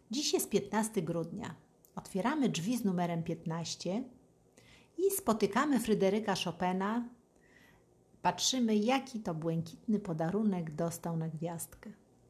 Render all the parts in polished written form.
Dziś jest 15 grudnia. Otwieramy drzwi z numerem 15 i spotykamy Fryderyka Chopina. Patrzymy, jaki to błękitny podarunek dostał na gwiazdkę.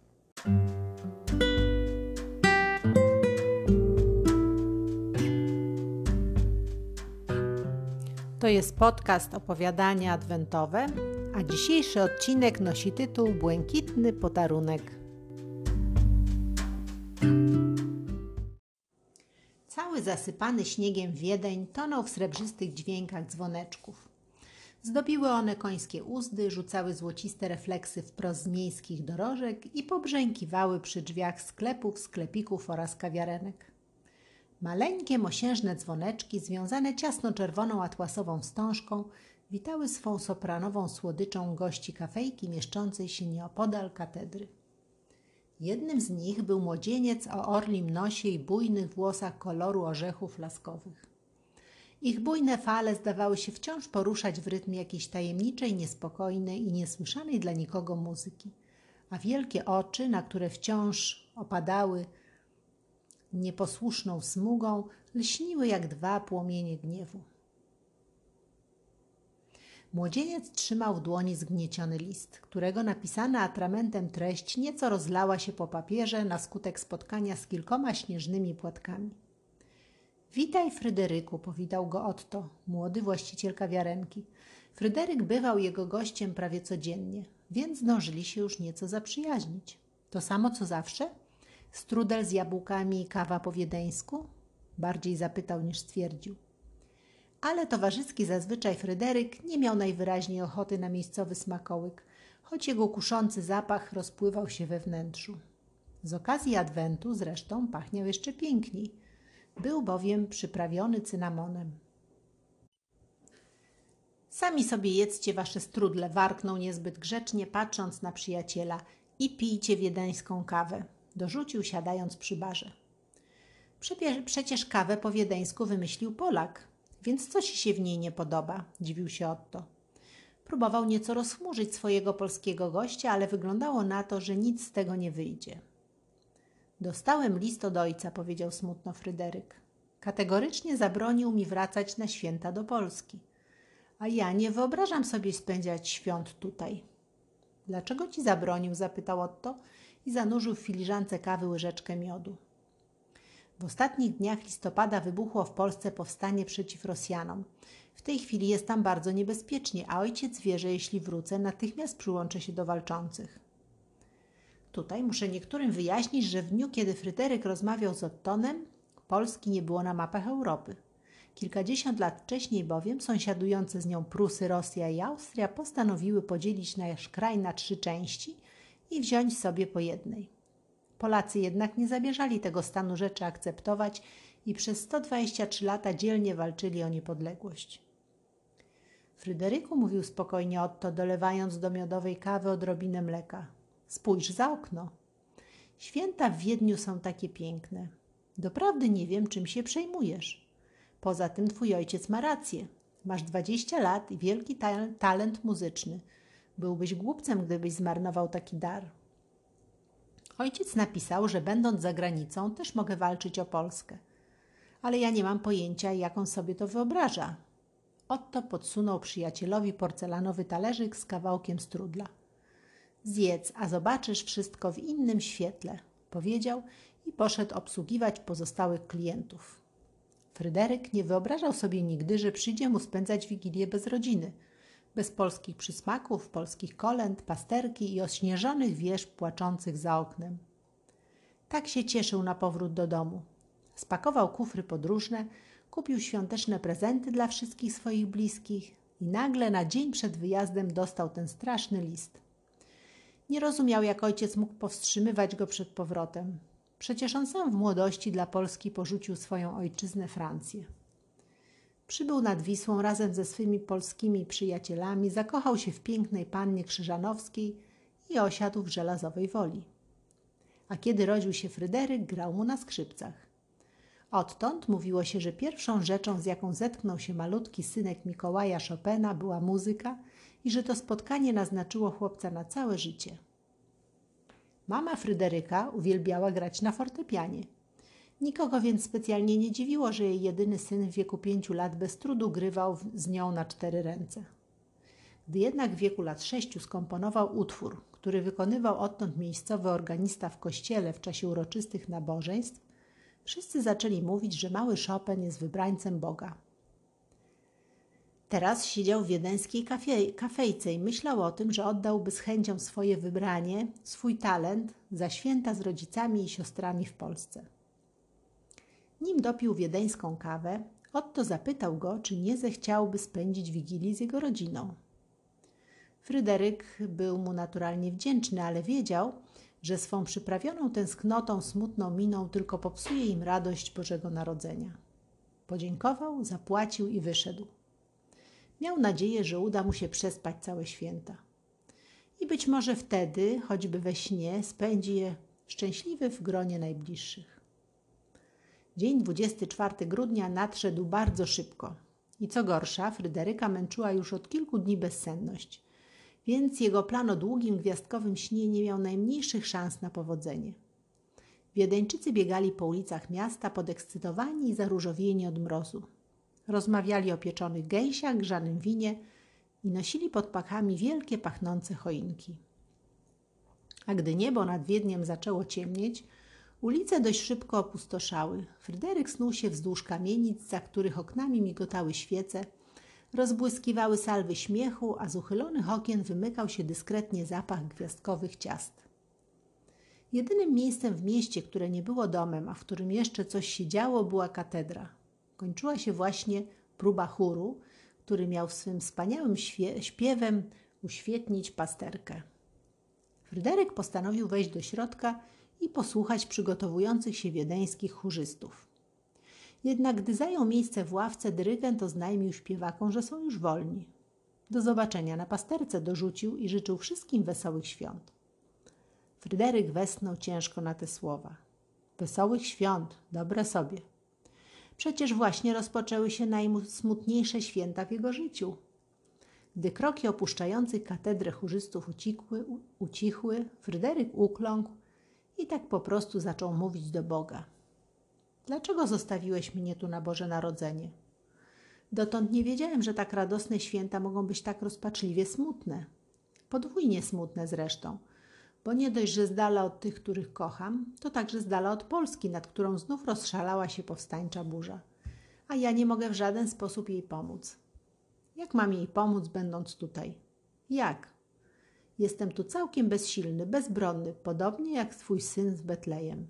To jest podcast Opowiadania Adwentowe, a dzisiejszy odcinek nosi tytuł Błękitny podarunek. Cały zasypany śniegiem Wiedeń tonął w srebrzystych dźwiękach dzwoneczków. Zdobiły one końskie uzdy, rzucały złociste refleksy wprost z miejskich dorożek i pobrzękiwały przy drzwiach sklepów, sklepików oraz kawiarenek. Maleńkie, mosiężne dzwoneczki, związane ciasno-czerwoną atłasową wstążką, witały swą sopranową słodyczą gości kafejki mieszczącej się nieopodal katedry. Jednym z nich był młodzieniec o orlim nosie i bujnych włosach koloru orzechów laskowych. Ich bujne fale zdawały się wciąż poruszać w rytmie jakiejś tajemniczej, niespokojnej i niesłyszanej dla nikogo muzyki, a wielkie oczy, na które wciąż opadały nieposłuszną smugą, lśniły jak dwa płomienie gniewu. Młodzieniec trzymał w dłoni zgnieciony list, którego napisana atramentem treść nieco rozlała się po papierze na skutek spotkania z kilkoma śnieżnymi płatkami. Witaj, Fryderyku, powitał go Otto, młody właściciel kawiarenki. Fryderyk bywał jego gościem prawie codziennie, więc zdążyli się już nieco zaprzyjaźnić. To samo co zawsze? Strudel z jabłkami i kawa po wiedeńsku? Bardziej zapytał niż stwierdził. Ale towarzyski zazwyczaj Fryderyk nie miał najwyraźniej ochoty na miejscowy smakołyk, choć jego kuszący zapach rozpływał się we wnętrzu. Z okazji adwentu zresztą pachniał jeszcze piękniej. Był bowiem przyprawiony cynamonem. Sami sobie jedzcie wasze strudle, warknął niezbyt grzecznie, patrząc na przyjaciela, i pijcie wiedeńską kawę, dorzucił, siadając przy barze. Przecież kawę po wiedeńsku wymyślił Polak, więc co ci się w niej nie podoba? Dziwił się Otto. Próbował nieco rozchmurzyć swojego polskiego gościa, ale wyglądało na to, że nic z tego nie wyjdzie. Dostałem list od ojca, powiedział smutno Fryderyk. Kategorycznie zabronił mi wracać na święta do Polski. A ja nie wyobrażam sobie spędzać świąt tutaj. Dlaczego ci zabronił? Zapytał Otto i zanurzył w filiżance kawy łyżeczkę miodu. W ostatnich dniach listopada wybuchło w Polsce powstanie przeciw Rosjanom. W tej chwili jest tam bardzo niebezpiecznie, a ojciec wie, że jeśli wrócę, natychmiast przyłączę się do walczących. Tutaj muszę niektórym wyjaśnić, że w dniu, kiedy Fryderyk rozmawiał z Ottonem, Polski nie było na mapach Europy. Kilkadziesiąt lat wcześniej bowiem sąsiadujące z nią Prusy, Rosja i Austria postanowiły podzielić nasz kraj na 3 części i wziąć sobie po jednej. Polacy jednak nie zamierzali tego stanu rzeczy akceptować i przez 123 lata dzielnie walczyli o niepodległość. Fryderyku, mówił spokojnie Otto, dolewając do miodowej kawy odrobinę mleka. Spójrz za okno. Święta w Wiedniu są takie piękne. Doprawdy nie wiem, czym się przejmujesz. Poza tym twój ojciec ma rację. Masz 20 lat i wielki talent muzyczny. Byłbyś głupcem, gdybyś zmarnował taki dar. Ojciec napisał, że będąc za granicą też mogę walczyć o Polskę. Ale ja nie mam pojęcia, jak on sobie to wyobraża. Otto podsunął przyjacielowi porcelanowy talerzyk z kawałkiem strudla. Zjedz, a zobaczysz wszystko w innym świetle, powiedział i poszedł obsługiwać pozostałych klientów. Fryderyk nie wyobrażał sobie nigdy, że przyjdzie mu spędzać Wigilię bez rodziny, bez polskich przysmaków, polskich kolęd, pasterki i ośnieżonych wież płaczących za oknem. Tak się cieszył na powrót do domu. Spakował kufry podróżne, kupił świąteczne prezenty dla wszystkich swoich bliskich i nagle na dzień przed wyjazdem dostał ten straszny list. Nie rozumiał, jak ojciec mógł powstrzymywać go przed powrotem. Przecież on sam w młodości dla Polski porzucił swoją ojczyznę Francję. Przybył nad Wisłą razem ze swymi polskimi przyjacielami, zakochał się w pięknej pannie Krzyżanowskiej i osiadł w Żelazowej Woli. A kiedy rodził się Fryderyk, grał mu na skrzypcach. Odtąd mówiło się, że pierwszą rzeczą, z jaką zetknął się malutki synek Mikołaja Chopina, była muzyka i że to spotkanie naznaczyło chłopca na całe życie. Mama Fryderyka uwielbiała grać na fortepianie Nikogo więc specjalnie nie dziwiło, że jej jedyny syn w wieku 5 lat bez trudu grywał z nią na 4 ręce. Gdy jednak w wieku lat 6 skomponował utwór, który wykonywał odtąd miejscowy organista w kościele w czasie uroczystych nabożeństw, wszyscy zaczęli mówić, że mały Chopin jest wybrańcem Boga. Teraz siedział w wiedeńskiej kafejce i myślał o tym, że oddałby z chęcią swoje wybranie, swój talent za święta z rodzicami i siostrami w Polsce. Nim dopił wiedeńską kawę, Otto zapytał go, czy nie zechciałby spędzić Wigilii z jego rodziną. Fryderyk był mu naturalnie wdzięczny, ale wiedział, że swą przyprawioną tęsknotą, smutną miną tylko popsuje im radość Bożego Narodzenia. Podziękował, zapłacił i wyszedł. Miał nadzieję, że uda mu się przespać całe święta. I być może wtedy, choćby we śnie, spędzi je szczęśliwy w gronie najbliższych. Dzień 24 grudnia nadszedł bardzo szybko. I co gorsza, Fryderyka męczyła już od kilku dni bezsenność, więc jego plan o długim gwiazdkowym śnie nie miał najmniejszych szans na powodzenie. Wiedeńczycy biegali po ulicach miasta podekscytowani i zaróżowieni od mrozu. Rozmawiali o pieczonych gęsiach, grzanym winie i nosili pod pachami wielkie, pachnące choinki. A gdy niebo nad Wiedniem zaczęło ciemnieć, ulice dość szybko opustoszały. Fryderyk snuł się wzdłuż kamienic, za których oknami migotały świece, rozbłyskiwały salwy śmiechu, a z uchylonych okien wymykał się dyskretnie zapach gwiazdkowych ciast. Jedynym miejscem w mieście, które nie było domem, a w którym jeszcze coś się działo, była katedra. Kończyła się właśnie próba chóru, który miał swym wspaniałym śpiewem uświetnić pasterkę. Fryderyk postanowił wejść do środka i posłuchać przygotowujących się wiedeńskich chórzystów. Jednak gdy zajął miejsce w ławce, dyrygent oznajmił śpiewakom, że są już wolni. Do zobaczenia na pasterce dorzucił i życzył wszystkim wesołych świąt. Fryderyk westchnął ciężko na te słowa. Wesołych świąt, dobre sobie. Przecież właśnie rozpoczęły się najsmutniejsze święta w jego życiu. Gdy kroki opuszczających katedrę chórzystów ucichły, Fryderyk ukląkł i tak po prostu zaczął mówić do Boga. Dlaczego zostawiłeś mnie tu na Boże Narodzenie? Dotąd nie wiedziałem, że tak radosne święta mogą być tak rozpaczliwie smutne. Podwójnie smutne zresztą, bo nie dość, że z dala od tych, których kocham, to także z dala od Polski, nad którą znów rozszalała się powstańcza burza. A ja nie mogę w żaden sposób jej pomóc. Jak mam jej pomóc, będąc tutaj? Jak? Jestem tu całkiem bezsilny, bezbronny, podobnie jak twój syn z Betlejem.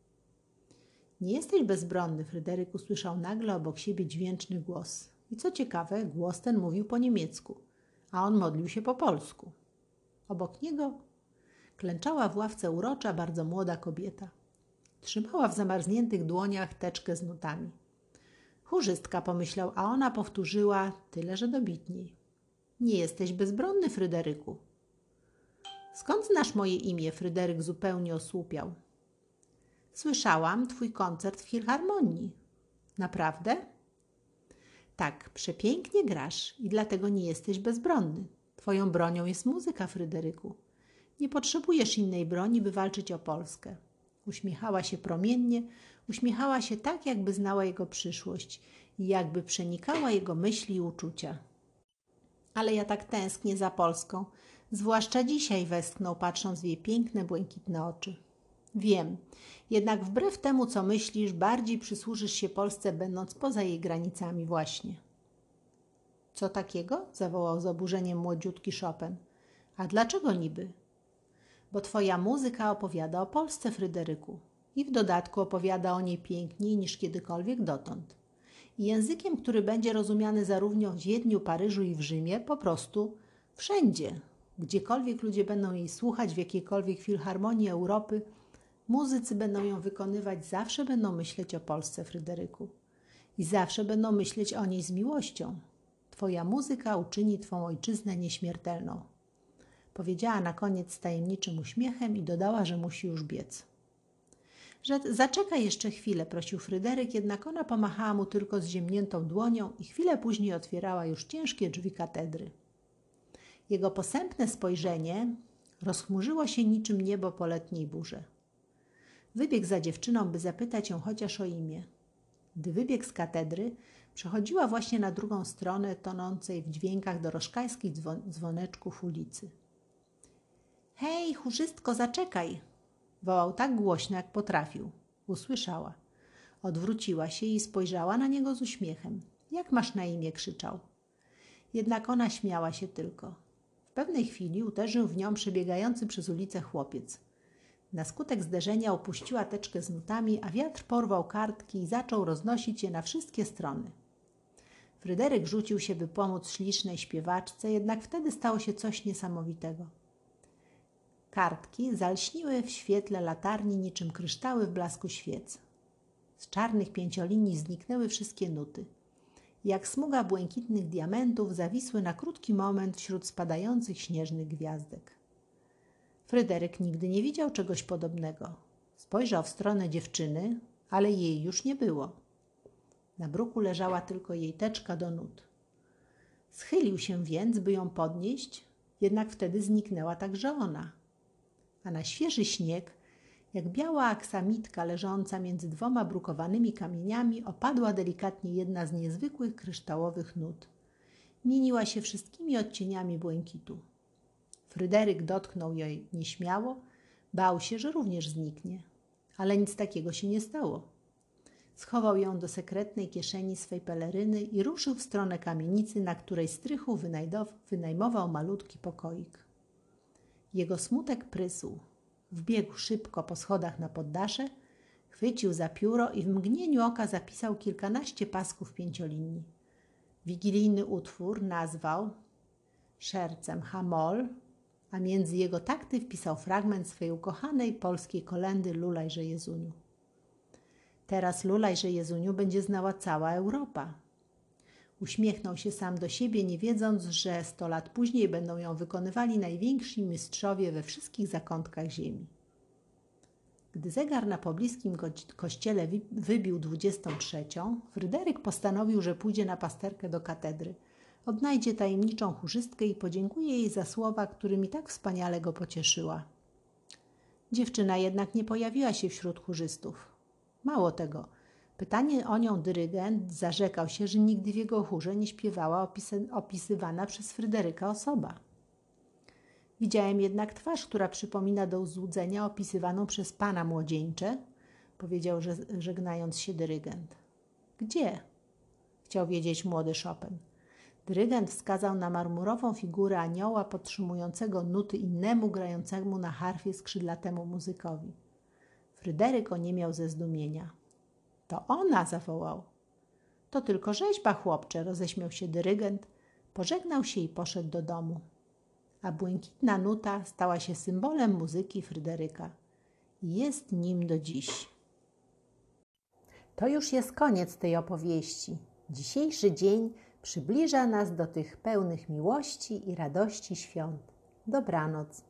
Nie jesteś bezbronny, Fryderyk usłyszał nagle obok siebie dźwięczny głos. I co ciekawe, głos ten mówił po niemiecku, a on modlił się po polsku. Obok niego klęczała w ławce urocza, bardzo młoda kobieta. Trzymała w zamarzniętych dłoniach teczkę z nutami. Chórzystka, pomyślał, a ona powtórzyła, tyle że dobitniej. Nie jesteś bezbronny, Fryderyku. Skąd znasz moje imię? Fryderyk zupełnie osłupiał. Słyszałam twój koncert w filharmonii. Naprawdę? Tak, przepięknie grasz i dlatego nie jesteś bezbronny. Twoją bronią jest muzyka, Fryderyku. Nie potrzebujesz innej broni, by walczyć o Polskę. Uśmiechała się promiennie, uśmiechała się tak, jakby znała jego przyszłość i jakby przenikała jego myśli i uczucia. Ale ja tak tęsknię za Polską, zwłaszcza dzisiaj, westchnął, patrząc w jej piękne, błękitne oczy. Wiem, jednak wbrew temu, co myślisz, bardziej przysłużysz się Polsce, będąc poza jej granicami właśnie. Co takiego? Zawołał z oburzeniem młodziutki Chopin. A dlaczego niby? Bo twoja muzyka opowiada o Polsce, Fryderyku. I w dodatku opowiada o niej piękniej niż kiedykolwiek dotąd. I językiem, który będzie rozumiany zarówno w Wiedniu, Paryżu i w Rzymie, po prostu wszędzie. Gdziekolwiek ludzie będą jej słuchać, w jakiejkolwiek filharmonii Europy, muzycy będą ją wykonywać, zawsze będą myśleć o Polsce, Fryderyku. I zawsze będą myśleć o niej z miłością. Twoja muzyka uczyni twą ojczyznę nieśmiertelną. Powiedziała na koniec z tajemniczym uśmiechem i dodała, że musi już biec. Zaczekaj jeszcze chwilę, prosił Fryderyk, jednak ona pomachała mu tylko zziębniętą dłonią i chwilę później otwierała już ciężkie drzwi katedry. Jego posępne spojrzenie rozchmurzyło się niczym niebo po letniej burzy. Wybiegł za dziewczyną, by zapytać ją chociaż o imię. Gdy wybiegł z katedry, przechodziła właśnie na drugą stronę tonącej w dźwiękach dorożkajskich dzwoneczków ulicy. Hej, chórzystko, zaczekaj! Wołał tak głośno, jak potrafił. Usłyszała. Odwróciła się i spojrzała na niego z uśmiechem. Jak masz na imię? Krzyczał. Jednak ona śmiała się tylko. W pewnej chwili uderzył w nią przebiegający przez ulicę chłopiec. Na skutek zderzenia opuściła teczkę z nutami, a wiatr porwał kartki i zaczął roznosić je na wszystkie strony. Fryderyk rzucił się, by pomóc ślicznej śpiewaczce, jednak wtedy stało się coś niesamowitego. Kartki zalśniły w świetle latarni niczym kryształy w blasku świec. Z czarnych pięciolinii zniknęły wszystkie nuty. Jak smuga błękitnych diamentów zawisły na krótki moment wśród spadających śnieżnych gwiazdek. Fryderyk nigdy nie widział czegoś podobnego. Spojrzał w stronę dziewczyny, ale jej już nie było. Na bruku leżała tylko jej teczka do nut. Schylił się więc, by ją podnieść, jednak wtedy zniknęła także ona. A na świeży śnieg, jak biała aksamitka leżąca między dwoma brukowanymi kamieniami, opadła delikatnie jedna z niezwykłych kryształowych nut. Mieniła się wszystkimi odcieniami błękitu. Fryderyk dotknął jej nieśmiało, bał się, że również zniknie. Ale nic takiego się nie stało. Schował ją do sekretnej kieszeni swej peleryny i ruszył w stronę kamienicy, na której strychu wynajmował malutki pokoik. Jego smutek prysł. Wbiegł szybko po schodach na poddasze, chwycił za pióro i w mgnieniu oka zapisał kilkanaście pasków pięciolinii. Wigilijny utwór nazwał Szercem Hamol, a między jego takty wpisał fragment swej ukochanej polskiej kolędy Lulajże Jezuniu. Teraz Lulajże Jezuniu będzie znała cała Europa. Uśmiechnął się sam do siebie, nie wiedząc, że 100 lat później będą ją wykonywali najwięksi mistrzowie we wszystkich zakątkach ziemi. Gdy zegar na pobliskim kościele wybił 23, Fryderyk postanowił, że pójdzie na pasterkę do katedry. Odnajdzie tajemniczą chórzystkę i podziękuje jej za słowa, którymi tak wspaniale go pocieszyła. Dziewczyna jednak nie pojawiła się wśród chórzystów. Mało tego, pytanie o nią dyrygent zarzekał się, że nigdy w jego chórze nie śpiewała opisywana przez Fryderyka osoba. Widziałem jednak twarz, która przypomina do złudzenia opisywaną przez pana młodzieńcze, powiedział, żegnając się dyrygent. Gdzie? Chciał wiedzieć młody Chopin. Dyrygent wskazał na marmurową figurę anioła podtrzymującego nuty innemu grającemu na harfie skrzydlatemu muzykowi. Fryderyk oniemiał ze zdumienia. To ona, zawołał. To tylko rzeźba, chłopcze, roześmiał się dyrygent, pożegnał się i poszedł do domu. A błękitna nuta stała się symbolem muzyki Fryderyka i jest nim do dziś. To już jest koniec tej opowieści. Dzisiejszy dzień przybliża nas do tych pełnych miłości i radości świąt. Dobranoc.